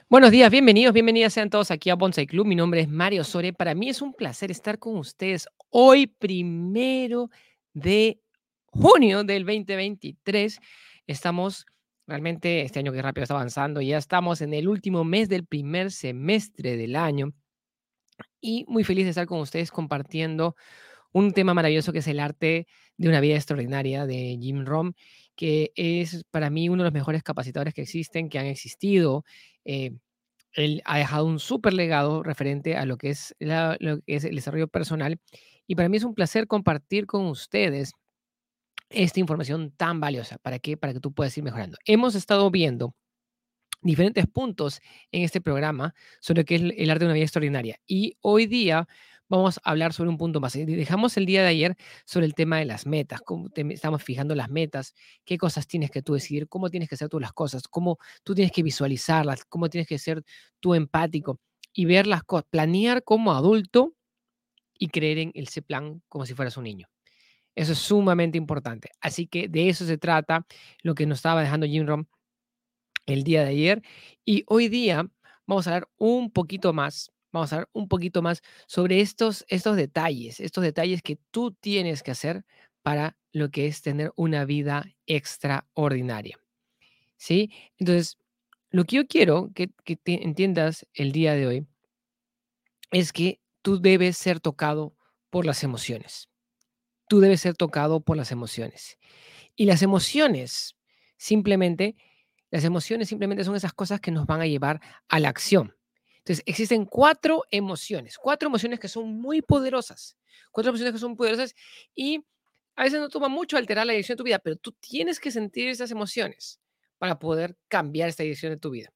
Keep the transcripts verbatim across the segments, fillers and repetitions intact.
Buenos días, bienvenidos, bienvenidas sean todos aquí a Bonsai Club. Mi nombre es Mario Sore. Para mí es un placer estar con ustedes hoy, primero de junio del dos mil veintitrés. Estamos realmente, este año que rápido está avanzando, ya estamos en el último mes del primer semestre del año y muy feliz de estar con ustedes compartiendo un tema maravilloso que es el arte de una vida extraordinaria de Jim Rohn, que es para mí uno de los mejores capacitadores que existen, que han existido. eh, Él ha dejado un súper legado referente a lo que es, la- lo que es el desarrollo personal. Y para mí es un placer compartir con ustedes esta información tan valiosa. ¿Para qué? Para que tú puedas ir mejorando. Hemos estado viendo diferentes puntos en este programa sobre qué es el el arte de una vida extraordinaria. Y hoy día vamos a hablar sobre un punto más. Y dejamos el día de ayer sobre el tema de las metas, cómo te- estamos fijando las metas, qué cosas tienes que tú decidir, cómo tienes que hacer tú las cosas, cómo tú tienes que visualizarlas, cómo tienes que ser tú empático y ver las cosas, planear como adulto y creer en ese plan como si fueras un niño. Eso es sumamente importante. Así que de eso se trata lo que nos estaba dejando Jim Rohn el día de ayer. Y hoy día vamos a hablar un poquito más, vamos a hablar un poquito más sobre estos, estos detalles, estos detalles que tú tienes que hacer para lo que es tener una vida extraordinaria. ¿Sí? Entonces, lo que yo quiero que, que te entiendas el día de hoy es que tú debes ser tocado por las emociones. Tú debes ser tocado por las emociones. Y las emociones, simplemente, las emociones simplemente son esas cosas que nos van a llevar a la acción. Entonces, existen cuatro emociones, cuatro emociones que son muy poderosas, cuatro emociones que son poderosas y a veces no toma mucho alterar la dirección de tu vida, pero tú tienes que sentir esas emociones para poder cambiar esta dirección de tu vida.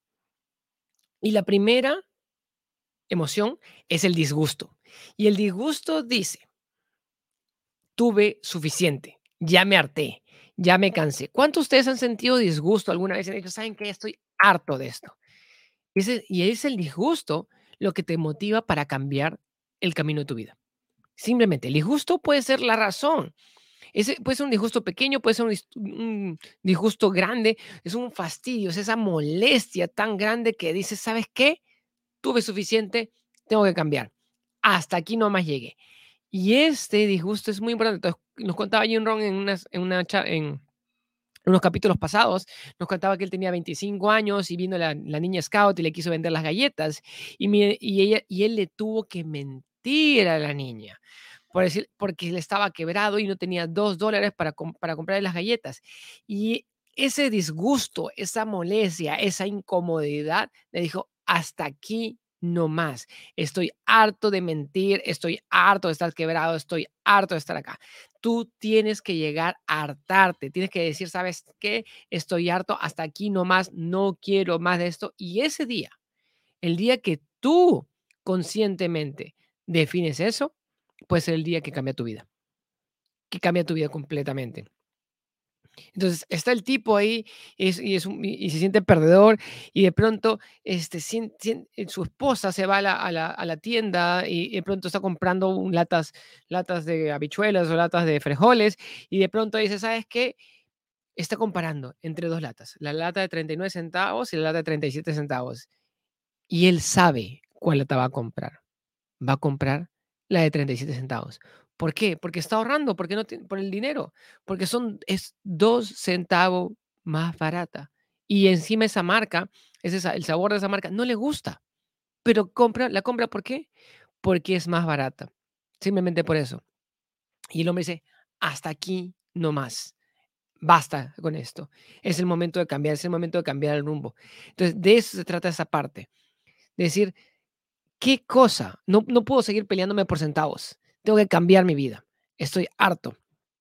Y la primera emoción es el disgusto. Y el disgusto dice, tuve suficiente, ya me harté, ya me cansé. ¿Cuántos de ustedes han sentido disgusto alguna vez y han dicho, saben qué, estoy harto de esto? Ese, y es el disgusto lo que te motiva para cambiar el camino de tu vida. Simplemente, el disgusto puede ser la razón. Ese puede ser un disgusto pequeño, puede ser un, dis- un disgusto grande, es un fastidio, es esa molestia tan grande que dices, ¿sabes qué? Tuve suficiente, tengo que cambiar. Hasta aquí nomás llegué. Y este disgusto es muy importante. Entonces, nos contaba Jim Rohn en, unas, en, una, cha- en unos capítulos pasados, nos contaba que él tenía veinticinco años y vino la, la niña Scout y le quiso vender las galletas y, mi- y, ella, y él le tuvo que mentir a la niña. Por decir, porque él estaba quebrado y no tenía dos dólares para, com- para comprarle las galletas. Y ese disgusto, esa molestia, esa incomodidad, le dijo, hasta aquí no más. Estoy harto de mentir, estoy harto de estar quebrado, estoy harto de estar acá. Tú tienes que llegar a hartarte, tienes que decir, ¿sabes qué? Estoy harto, hasta aquí no más, no quiero más de esto. Y ese día, el día que tú conscientemente defines eso, puede ser el día que cambia tu vida, que cambia tu vida completamente. Entonces, está el tipo ahí es, y, es un- y- y se siente perdedor y de pronto este, sien- sien- eh, su esposa se va a la, a la- a la tienda y de pronto está comprando un latas, latas de habichuelas o latas de frijoles y de pronto dice, ¿sabes qué? Está comparando entre dos latas, la lata de treinta y nueve centavos y la lata de treinta y siete centavos. Y él sabe cuál lata va a comprar. Va a comprar la de treinta y siete centavos. ¿Por qué? Porque está ahorrando, porque no tiene por el dinero, porque son es dos centavos más barata. Y encima esa marca, ese sa el sabor de esa marca no le gusta, pero compra la compra, ¿por qué? Porque es más barata, simplemente por eso. Y el hombre dice: "Hasta aquí no más, basta con esto. Es el momento de cambiar, es el momento de cambiar el rumbo". Entonces, de eso se trata esa parte, de decir: ¿qué cosa? No, no puedo seguir peleándome por centavos. Tengo que cambiar mi vida. Estoy harto.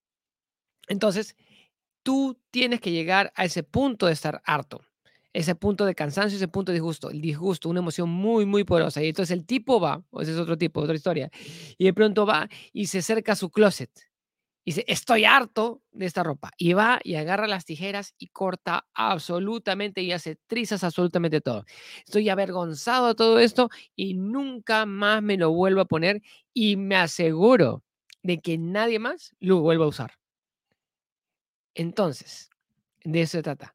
Entonces, tú tienes que llegar a ese punto de estar harto, ese punto de cansancio, ese punto de disgusto. El disgusto, una emoción muy, muy poderosa. Y entonces el tipo va, o ese es otro tipo, otra historia, y de pronto va y se acerca a su closet. Y dice, estoy harto de esta ropa. Y va y agarra las tijeras y corta absolutamente y hace trizas absolutamente todo. Estoy avergonzado de todo esto y nunca más me lo vuelvo a poner y me aseguro de que nadie más lo vuelva a usar. Entonces, de eso se trata.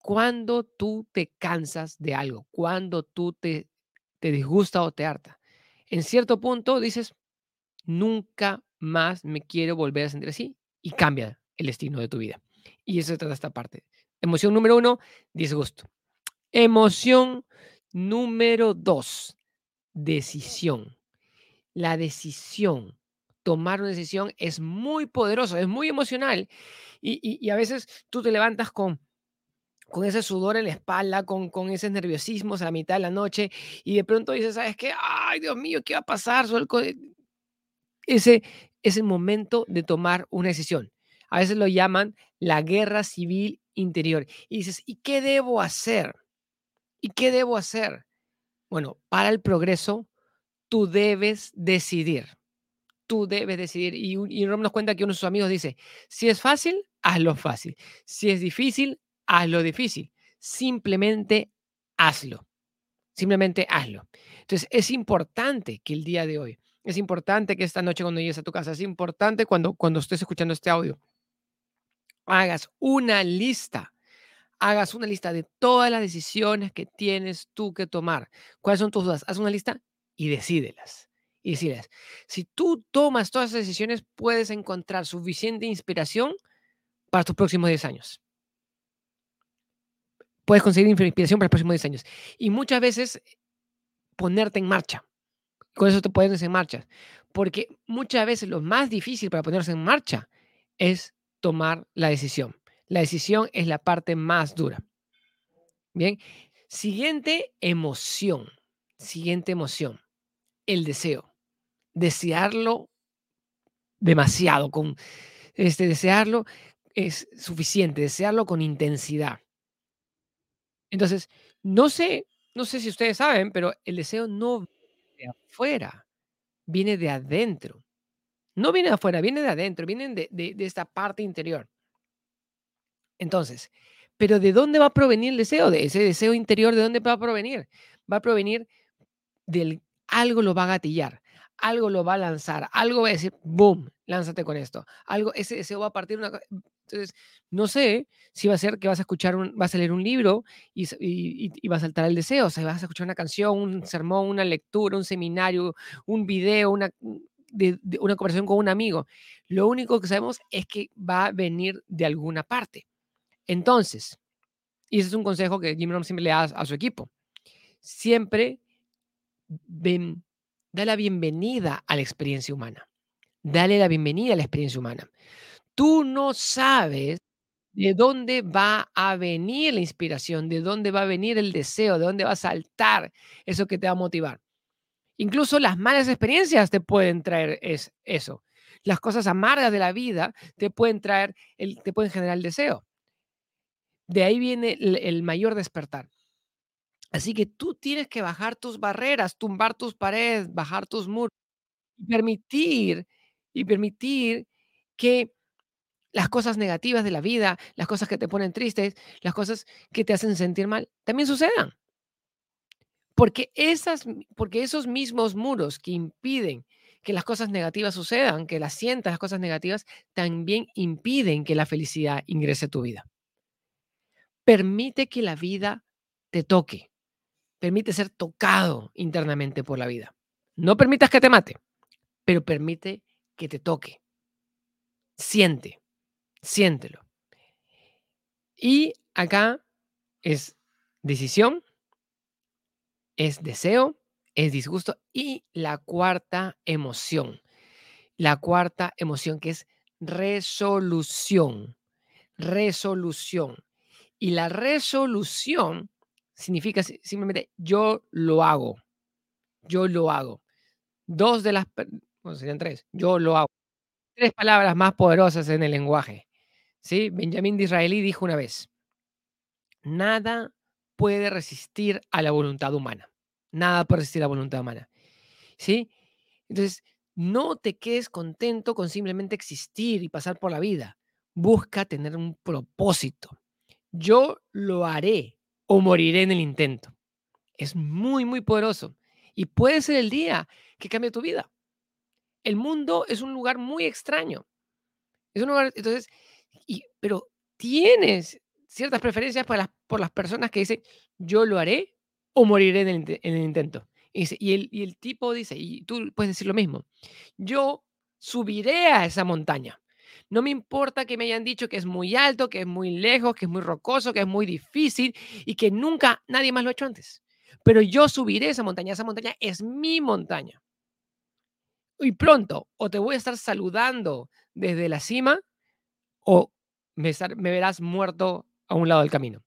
Cuando tú te cansas de algo, cuando tú te, te disgusta o te harta, en cierto punto dices, nunca más me quiero volver a sentir así y cambia el destino de tu vida. Y eso se trata esta parte. Emoción número uno, disgusto. Emoción número dos, decisión. La decisión, tomar una decisión es muy poderoso, es muy emocional y, y- y a veces tú te levantas con, con ese sudor en la espalda, con, con esos nerviosismos a la mitad de la noche y de pronto dices, ¿sabes qué? Ay, Dios mío, ¿qué va a pasar? Sol- co- Ese es el momento de tomar una decisión. A veces lo llaman la guerra civil interior. Y dices, ¿y qué debo hacer? ¿Y qué debo hacer? Bueno, para el progreso, tú debes decidir. Tú debes decidir. Y, un- y Rom nos cuenta que uno de sus amigos dice, si es fácil, hazlo fácil. Si es difícil, hazlo difícil. Simplemente hazlo. Simplemente hazlo. Entonces, es importante que el día de hoy, es importante que esta noche cuando llegues a tu casa, es importante cuando, cuando estés escuchando este audio, hagas una lista, hagas una lista de todas las decisiones que tienes tú que tomar. ¿Cuáles son tus dudas? Haz una lista y decídelas. Y decídelas. Si tú tomas todas esas decisiones, puedes encontrar suficiente inspiración para tus próximos diez años. Puedes conseguir inspiración para los próximos diez años. Y muchas veces ponerte en marcha. Con eso te pones en marcha. Porque muchas veces lo más difícil para ponerse en marcha es tomar la decisión. La decisión es la parte más dura. Bien. Siguiente emoción. Siguiente emoción. El deseo. Desearlo demasiado. Con, este, desearlo es suficiente. Desearlo con intensidad. Entonces, no sé, no sé si ustedes saben, pero el deseo no viene de afuera, viene de adentro. No viene de afuera, viene de adentro, vienen de, de, de esta parte interior. Entonces, pero ¿de dónde va a provenir el deseo? De ese deseo interior, ¿de dónde va a provenir? Va a provenir del algo lo va a gatillar, algo lo va a lanzar, algo va a decir, boom, lánzate con esto. Algo, ese deseo va a partir una co- Entonces, no sé si va a ser que vas a escuchar un, vas a leer un libro y, s- y, y- y va a saltar el deseo, o sea, vas a escuchar una canción, un sermón, una lectura, un seminario, un video, una, de, de una conversación con un amigo. Lo único que sabemos es que va a venir de alguna parte. Entonces, y ese es un consejo que Jim Rohn siempre le da a su equipo. Siempre ven, da la bienvenida a la experiencia humana. Dale la bienvenida a la experiencia humana. Tú no sabes de dónde va a venir la inspiración, de dónde va a venir el deseo, de dónde va a saltar eso que te va a motivar. Incluso las malas experiencias te pueden traer es, eso. Las cosas amargas de la vida te pueden traer, el, te pueden generar el deseo. De ahí viene el, el mayor despertar. Así que tú tienes que bajar tus barreras, tumbar tus paredes, bajar tus muros y permitir, y permitir que las cosas negativas de la vida, las cosas que te ponen tristes, las cosas que te hacen sentir mal, también sucedan. Porque, esas, porque esos mismos muros que impiden que las cosas negativas sucedan, que las sientas, las cosas negativas, también impiden que la felicidad ingrese a tu vida. Permite que la vida te toque. Permite ser tocado internamente por la vida. No permitas que te mate, pero permite que te toque. Siente, siéntelo. Y acá es decisión, es deseo, es disgusto y la cuarta emoción. La cuarta emoción que es resolución. Resolución. Y la resolución significa si- simplemente yo lo hago. Yo lo hago. Dos de las, per- bueno, serían tres. Yo lo hago. Tres palabras más poderosas en el lenguaje. ¿Sí? Benjamín Disraeli dijo una vez, nada puede resistir a la voluntad humana. Nada puede resistir a la voluntad humana. ¿Sí? Entonces, no te quedes contento con simplemente existir y pasar por la vida. Busca tener un propósito. Yo lo haré o moriré en el intento. Es muy, muy poderoso. Y puede ser el día que cambie tu vida. El mundo es un lugar muy extraño. Es un lugar, entonces, y, pero tienes ciertas preferencias por las, por las personas que dicen, yo lo haré o moriré en el, inte- en el intento. Y, dice- y el, y el tipo dice, y tú puedes decir lo mismo, yo subiré a esa montaña. No me importa que me hayan dicho que es muy alto, que es muy lejos, que es muy rocoso, que es muy difícil y que nunca nadie más lo ha hecho antes. Pero yo subiré esa montaña. Esa montaña es mi montaña. Y pronto, o te voy a estar saludando desde la cima o me, estar- me verás muerto a un lado del camino.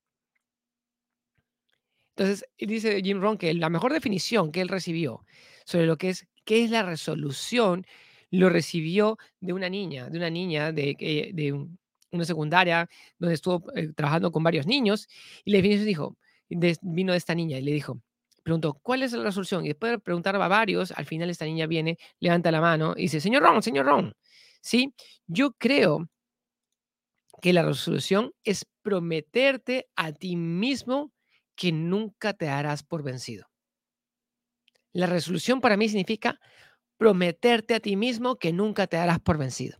Entonces, y dice Jim Rohn que la mejor definición que él recibió sobre lo que es, qué es la resolución, lo recibió de una niña, de una niña de, que- de un- una secundaria donde estuvo eh, trabajando con varios niños. Y la definición dijo, de- vino de esta niña y le dijo, preguntó, ¿cuál es la resolución? Y después de preguntar a varios, al final esta niña viene, levanta la mano y dice, señor Ron, señor Ron, ¿sí? Yo creo que la resolución es prometerte a ti mismo que nunca te darás por vencido. La resolución para mí significa prometerte a ti mismo que nunca te darás por vencido.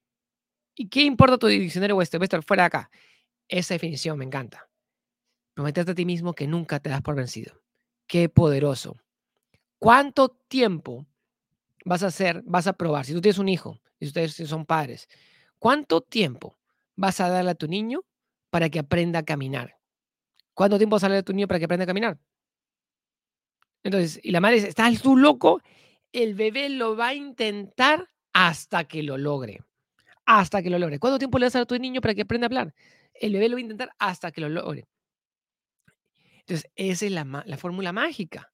¿Y qué importa tu diccionario Webster? Webster, fuera de acá. Esa definición me encanta. Prometerte a ti mismo que nunca te das por vencido. Qué poderoso. ¿Cuánto tiempo vas a hacer, vas a probar? Si tú tienes un hijo y ustedes son padres, ¿cuánto tiempo vas a darle a tu niño para que aprenda a caminar? ¿Cuánto tiempo sale de tu niño para que aprenda a caminar? Entonces, y la madre dice, ¿estás tú loco? El bebé lo va a intentar hasta que lo logre, hasta que lo logre. ¿Cuánto tiempo le das a tu niño para que aprenda a hablar? El bebé lo va a intentar hasta que lo logre. Entonces, esa es la, ma- la fórmula mágica.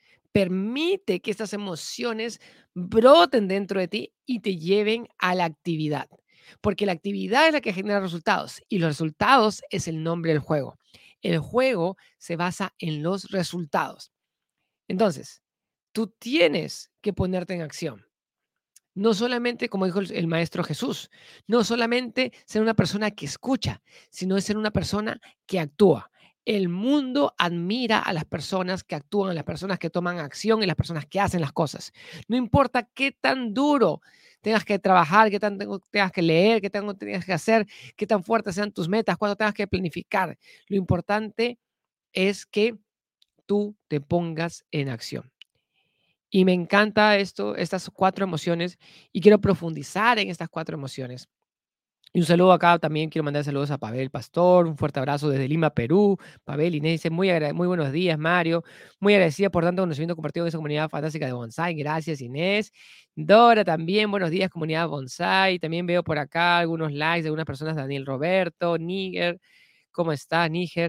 Permite que estas emociones broten dentro de ti y te lleven a la actividad. Porque la actividad es la que genera resultados y los resultados es el nombre del juego. El juego se basa en los resultados. Entonces, tú tienes que ponerte en acción. No solamente, como dijo el, el maestro Jesús, no solamente ser una persona que escucha, sino ser una persona que actúa. El mundo admira a las personas que actúan, a las personas que toman acción y las personas que hacen las cosas. No importa qué tan duro tengas que trabajar, qué tan tengo- tengas que leer, qué tanto tengas que hacer, qué tan fuertes sean tus metas, cuánto tengas que planificar. Lo importante es que tú te pongas en acción. Y me encanta esto, estas cuatro emociones, y quiero profundizar en estas cuatro emociones. Y un saludo acá también, quiero mandar saludos a Pavel Pastor, un fuerte abrazo desde Lima, Perú. Pavel Inés dice, muy, agra- muy buenos días, Mario. Muy agradecida por tanto conocimiento compartido en esa comunidad fantástica de Bonsai. Gracias, Inés. Dora también, buenos días, comunidad Bonsai. También veo por acá algunos likes de algunas personas, Daniel Roberto, Níger. ¿Cómo está, Níger?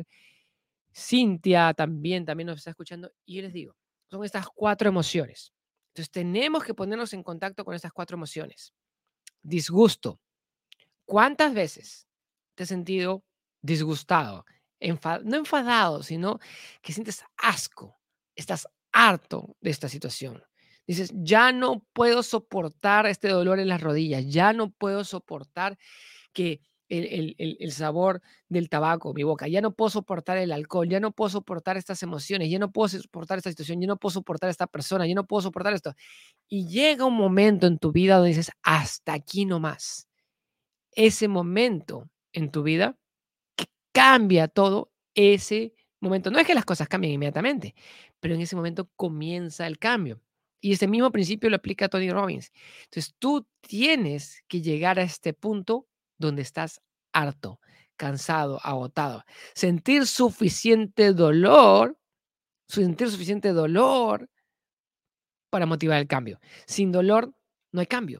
Cintia también, también nos está escuchando. Y yo les digo, son estas cuatro emociones. Entonces tenemos que ponernos en contacto con estas cuatro emociones. Disgusto. ¿Cuántas veces te has sentido disgustado? Enfa- no enfadado, sino que sientes asco. Estás harto de esta situación. Dices, ya no puedo soportar este dolor en las rodillas, ya no puedo soportar que el, el- el- el sabor del tabaco, mi boca, ya no puedo soportar el alcohol, ya no puedo soportar estas emociones, ya no puedo soportar esta situación, ya no puedo soportar esta persona, ya no puedo soportar esto. Y llega un momento en tu vida donde dices, hasta aquí nomás. Ese momento en tu vida cambia todo, ese momento. No es que las cosas cambien inmediatamente, pero en ese momento comienza el cambio. Y ese mismo principio lo aplica Tony Robbins. Entonces tú tienes que llegar a este punto donde estás harto, cansado, agotado. Sentir suficiente dolor, sentir suficiente dolor para motivar el cambio. Sin dolor no hay cambio.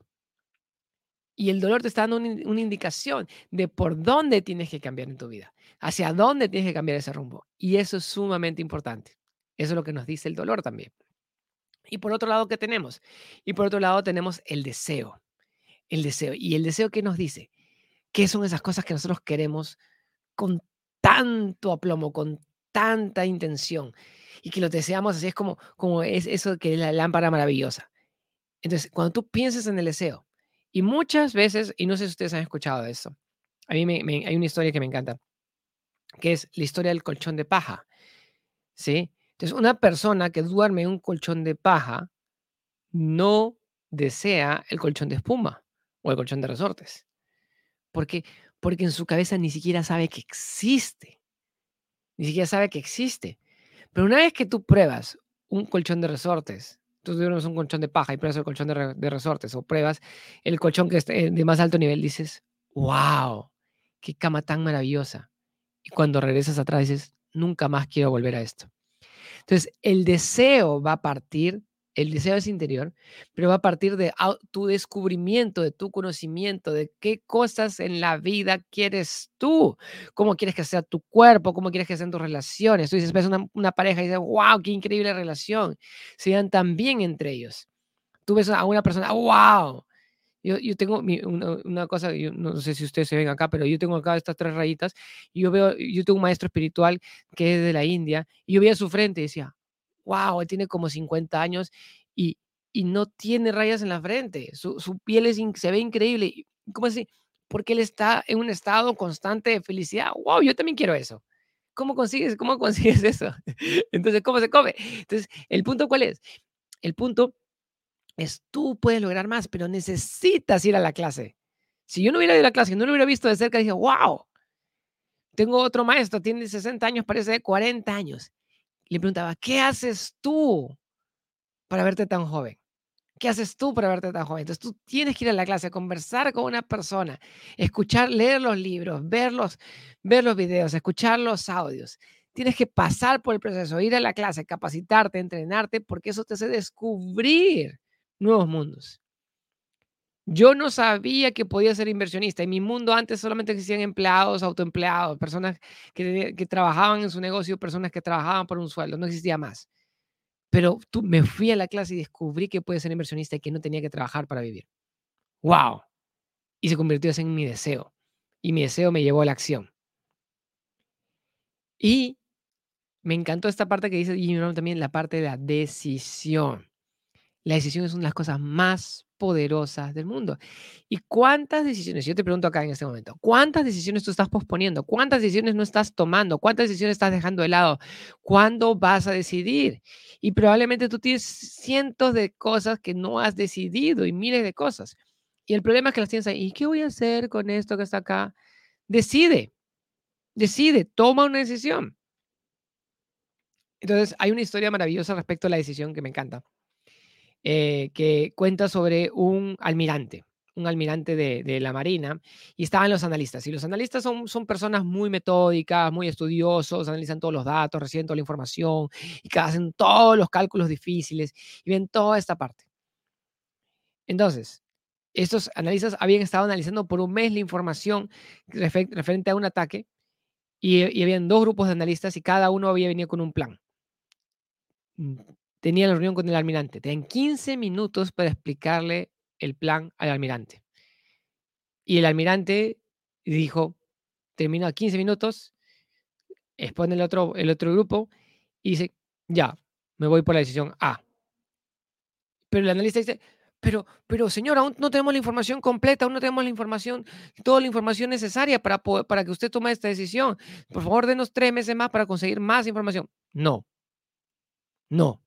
Y el dolor te está dando una, in- una indicación de por dónde tienes que cambiar en tu vida, hacia dónde tienes que cambiar ese rumbo. Y eso es sumamente importante. Eso es lo que nos dice el dolor también. Y por otro lado, ¿qué tenemos? Y por otro lado tenemos el deseo. El deseo. ¿Y el deseo qué nos dice? ¿Qué son esas cosas que nosotros queremos con tanto aplomo, con tanta intención? Y que lo deseamos así, es como, como es eso que es la lámpara maravillosa. Entonces, cuando tú piensas en el deseo, y muchas veces, y no sé si ustedes han escuchado de eso, a mí me, me- hay una historia que me encanta, que es la historia del colchón de paja, ¿sí? Entonces, una persona que duerme en un colchón de paja no desea el colchón de espuma o el colchón de resortes. ¿Por qué? Porque en su cabeza ni siquiera sabe que existe. ni siquiera sabe que existe. Pero una vez que tú pruebas un colchón de resortes, tú duermes un colchón de paja y pruebas el colchón de, re- de resortes o pruebas el colchón que es eh, de más alto nivel, dices, wow, qué cama tan maravillosa. Y cuando regresas atrás dices, nunca más quiero volver a esto. Entonces, el deseo va a partir, el deseo es interior, pero va a partir de au- tu descubrimiento, de tu conocimiento, de qué cosas en la vida quieres tú, cómo quieres que sea tu cuerpo, cómo quieres que sean tus relaciones. Tú dices, ves una, una pareja y dices, wow, qué increíble relación. Se dan tan bien entre ellos. Tú ves a una persona, wow. Yo, yo tengo mi- una, una cosa, yo no sé si ustedes se ven acá, pero yo tengo acá estas tres rayitas y yo veo, yo tengo un maestro espiritual que es de la India y yo veía su frente y decía, wow, él tiene como cincuenta años y, y no tiene rayas en la frente, su, su piel es in- se ve increíble. Y, ¿cómo así? Porque él está en un estado constante de felicidad. Wow, yo también quiero eso. ¿Cómo consigues, cómo consigues eso? Entonces, ¿cómo se come? Entonces, ¿el punto cuál es? El punto es tú puedes lograr más, pero necesitas ir a la clase. Si yo no hubiera ido a la clase, no lo hubiera visto de cerca, dije, wow, tengo otro maestro, tiene sesenta años, parece de cuarenta años. Le preguntaba, ¿qué haces tú para verte tan joven? ¿Qué haces tú para verte tan joven? Entonces tú tienes que ir a la clase, conversar con una persona, escuchar, leer los libros, ver los, ver los videos, escuchar los audios. Tienes que pasar por el proceso, ir a la clase, capacitarte, entrenarte, porque eso te hace descubrir nuevos mundos. Yo no sabía que podía ser inversionista. En mi mundo antes solamente existían empleados, autoempleados, personas que, que trabajaban en su negocio, personas que trabajaban por un sueldo, no existía más. Pero tú, me fui a la clase y descubrí que puede ser inversionista y que no tenía que trabajar para vivir. ¡Wow! Y se convirtió eso en mi deseo. Y mi deseo me llevó a la acción. Y me encantó esta parte que dice Jim Rohn también, la parte de la decisión. La decisión es una de las cosas más poderosas del mundo. ¿Y cuántas decisiones? Yo te pregunto acá en este momento, ¿cuántas decisiones tú estás posponiendo? ¿Cuántas decisiones no estás tomando? ¿Cuántas decisiones estás dejando de lado? ¿Cuándo vas a decidir? Y probablemente tú tienes cientos de cosas que no has decidido y miles de cosas. Y el problema es que las tienes ahí. ¿Y qué voy a hacer con esto que está acá? Decide, decide, toma una decisión. Entonces, hay una historia maravillosa respecto a la decisión que me encanta. Eh, que cuenta sobre un almirante, un almirante de, de la Marina, y estaban los analistas. Y los analistas son, son personas muy metódicas, muy estudiosos, analizan todos los datos, reciben toda la información, y que hacen todos los cálculos difíciles, y ven toda esta parte. Entonces, estos analistas habían estado analizando por un mes la información refe- referente a un ataque, y, y habían dos grupos de analistas, y cada uno había venido con un plan. Mm, Tenía la reunión con el almirante. Tenían quince minutos para explicarle el plan al almirante. Y el almirante dijo, terminó a quince minutos, expone el otro, el otro grupo y dice, ya, me voy por la decisión A. Pero el analista dice, pero, pero señor, aún no tenemos la información completa, aún no tenemos la información, toda la información necesaria para, poder- para que usted tome esta decisión. Por favor, denos tres meses más para conseguir más información. No, no.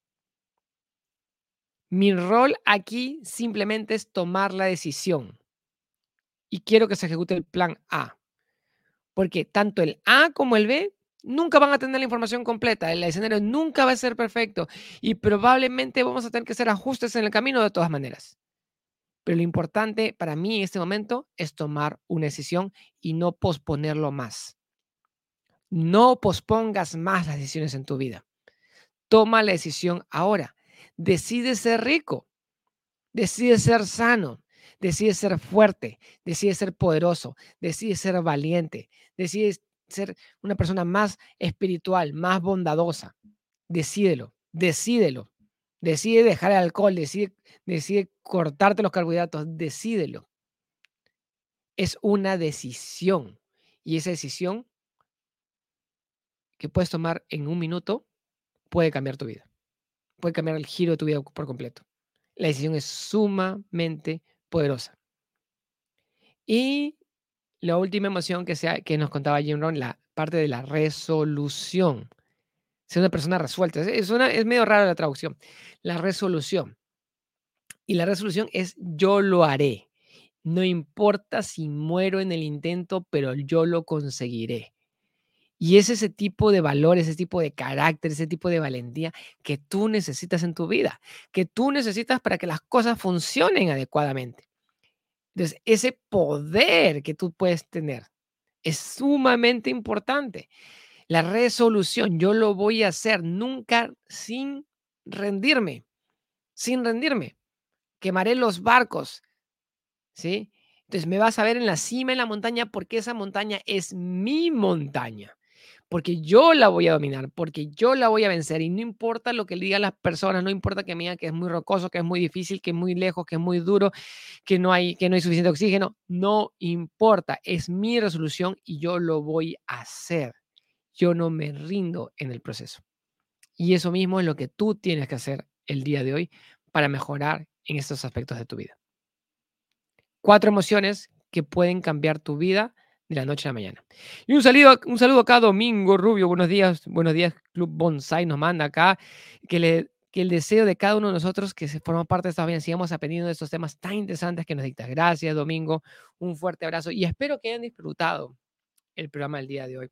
Mi rol aquí simplemente es tomar la decisión y quiero que se ejecute el plan A, porque tanto el A como el B nunca van a tener la información completa, el escenario nunca va a ser perfecto y probablemente vamos a tener que hacer ajustes en el camino de todas maneras. Pero lo importante para mí en este momento es tomar una decisión y no posponerlo más. No pospongas más las decisiones en tu vida. Toma la decisión ahora. Decide ser rico. Decide ser sano, decide ser fuerte, decide ser poderoso, decide ser valiente, decide ser una persona más espiritual, más bondadosa. Decídelo, decídelo. Decide dejar el alcohol, decide, decide cortarte los carbohidratos, decídelo. Es una decisión y esa decisión que puedes tomar en un minuto puede cambiar tu vida, puede cambiar el giro de tu vida por completo. La decisión es sumamente poderosa. Y la última emoción que, sea, que nos contaba Jim Rohn, la parte de la resolución. Ser una persona resuelta. Es, es una, es medio rara la traducción. La resolución. Y la resolución es yo lo haré. No importa si muero en el intento, pero yo lo conseguiré. Y es ese tipo de valores, ese tipo de carácter, ese tipo de valentía que tú necesitas en tu vida, que tú necesitas para que las cosas funcionen adecuadamente. Entonces, ese poder que tú puedes tener es sumamente importante. La resolución, yo lo voy a hacer nunca sin rendirme, sin rendirme. Quemaré los barcos, ¿sí? Entonces me vas a ver en la cima, en la montaña, porque esa montaña es mi montaña, porque yo la voy a dominar, porque yo la voy a vencer y no importa lo que le digan las personas, no importa que me digan que es muy rocoso, que es muy difícil, que es muy lejos, que es muy duro, que no hay, que no hay suficiente oxígeno, no importa, es mi resolución y yo lo voy a hacer. Yo no me rindo en el proceso. Y eso mismo es lo que tú tienes que hacer el día de hoy para mejorar en estos aspectos de tu vida. Cuatro emociones que pueden cambiar tu vida de la noche a la mañana. Y un saludo, un saludo acá, Domingo Rubio. Buenos días, buenos días, Club Bonsai nos manda acá que, le, que el deseo de cada uno de nosotros que se forma parte de esta vida, sigamos aprendiendo de estos temas tan interesantes que nos dicta. Gracias, Domingo. Un fuerte abrazo y espero que hayan disfrutado el programa del día de hoy.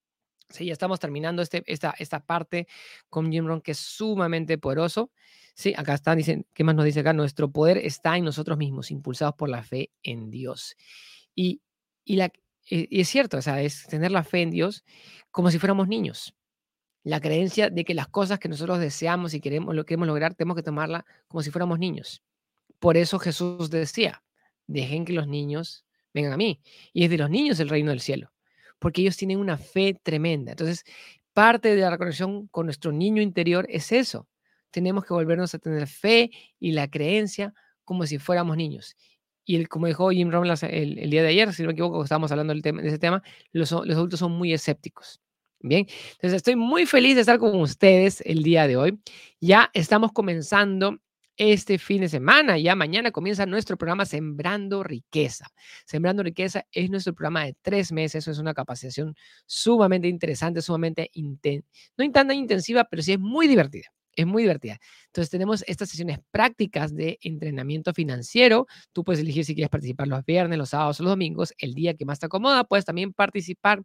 Sí, ya estamos terminando este, esta, esta parte con Jim Rohn, que es sumamente poderoso. Sí, acá están, dicen, ¿qué más nos dice acá? Nuestro poder está en nosotros mismos, impulsados por la fe en Dios. Y, y, la, eh, y es cierto, o sea, es tener la fe en Dios como si fuéramos niños. La creencia de que las cosas que nosotros deseamos y queremos, lo queremos lograr, tenemos que tomarla como si fuéramos niños. Por eso Jesús decía, dejen que los niños vengan a mí. Y es de los niños el reino del cielo, porque ellos tienen una fe tremenda. Entonces, parte de la reconexión con nuestro niño interior es eso. Tenemos que volvernos a tener fe y la creencia como si fuéramos niños. Y el, como dijo Jim Rohn las- el, el día de ayer, si no me equivoco, estábamos hablando del tema- de ese tema, los, los adultos son muy escépticos. Bien, entonces estoy muy feliz de estar con ustedes el día de hoy. Ya estamos comenzando este fin de semana. Ya mañana comienza nuestro programa Sembrando Riqueza. Sembrando Riqueza es nuestro programa de tres meses. Eso es una capacitación sumamente interesante, sumamente intensa. No tan intensiva, pero sí es muy divertida. Es muy divertida. Entonces tenemos estas sesiones prácticas de entrenamiento financiero. Tú puedes elegir si quieres participar los viernes, los sábados o los domingos, el día que más te acomoda. Puedes también participar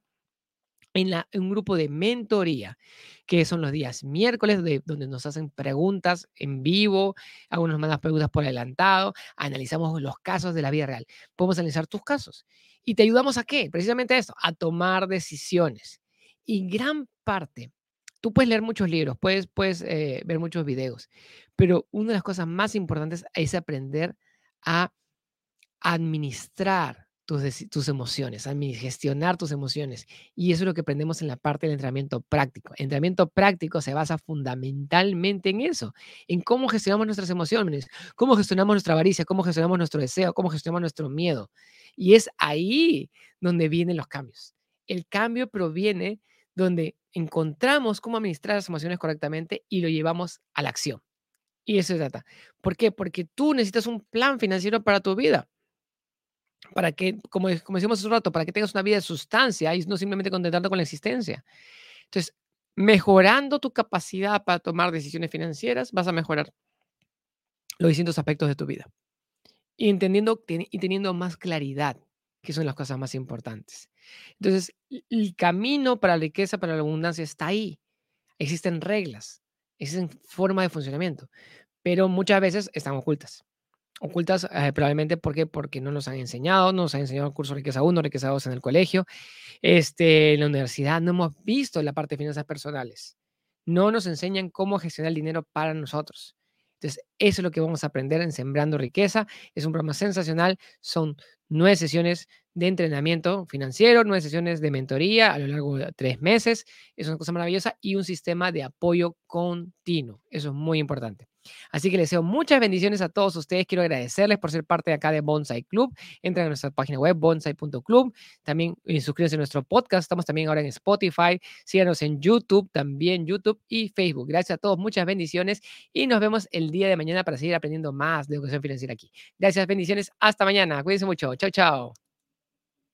en, la, en un grupo de mentoría, que son los días miércoles, de, donde nos hacen preguntas en vivo, algunos nos mandan preguntas por adelantado, analizamos los casos de la vida real. Podemos analizar tus casos. ¿Y te ayudamos a qué? Precisamente a esto, a tomar decisiones. Y gran parte, tú puedes leer muchos libros, puedes, puedes eh, ver muchos videos, pero una de las cosas más importantes es aprender a administrar tus, deci- tus emociones, admi- gestionar tus emociones. Y eso es lo que aprendemos en la parte del entrenamiento práctico. El entrenamiento práctico se basa fundamentalmente en eso, en cómo gestionamos nuestras emociones, cómo gestionamos nuestra avaricia, cómo gestionamos nuestro deseo, cómo gestionamos nuestro miedo. Y es ahí donde vienen los cambios. El cambio proviene donde encontramos cómo administrar las emociones correctamente y lo llevamos a la acción. Y eso se trata. ¿Por qué? Porque tú necesitas un plan financiero para tu vida para que, como, como decíamos hace un rato, para que tengas una vida de sustancia y no simplemente contentarte con la existencia. Entonces, mejorando tu capacidad para tomar decisiones financieras, vas a mejorar los distintos aspectos de tu vida. Y entendiendo ten- y teniendo más claridad, que son las cosas más importantes. Entonces, el el camino para la riqueza, para la abundancia está ahí. Existen reglas, existen formas de funcionamiento, pero muchas veces están ocultas. Ocultas, eh, probablemente, ¿por qué? Porque no nos han enseñado, no nos han enseñado el curso Riqueza uno, Riqueza dos en el colegio, este, en la universidad, no hemos visto la parte de finanzas personales. No nos enseñan cómo gestionar el dinero para nosotros. Entonces, eso es lo que vamos a aprender en Sembrando Riqueza. Es un programa sensacional. Son nueve sesiones de entrenamiento financiero, nueve sesiones de mentoría a lo largo de tres meses. Es una cosa maravillosa y un sistema de apoyo continuo. Eso es muy importante. Así que les deseo muchas bendiciones a todos ustedes. Quiero agradecerles por ser parte de acá de Bonsai Club. Entren a nuestra página web, bonsai punto club. También eh, suscríbanse a nuestro podcast. Estamos también ahora en Spotify. Síganos en YouTube, también YouTube y Facebook. Gracias a todos, muchas bendiciones y nos vemos el día de mañana para seguir aprendiendo más de educación financiera aquí. Gracias, bendiciones. Hasta mañana. Cuídense mucho. Chao, chao.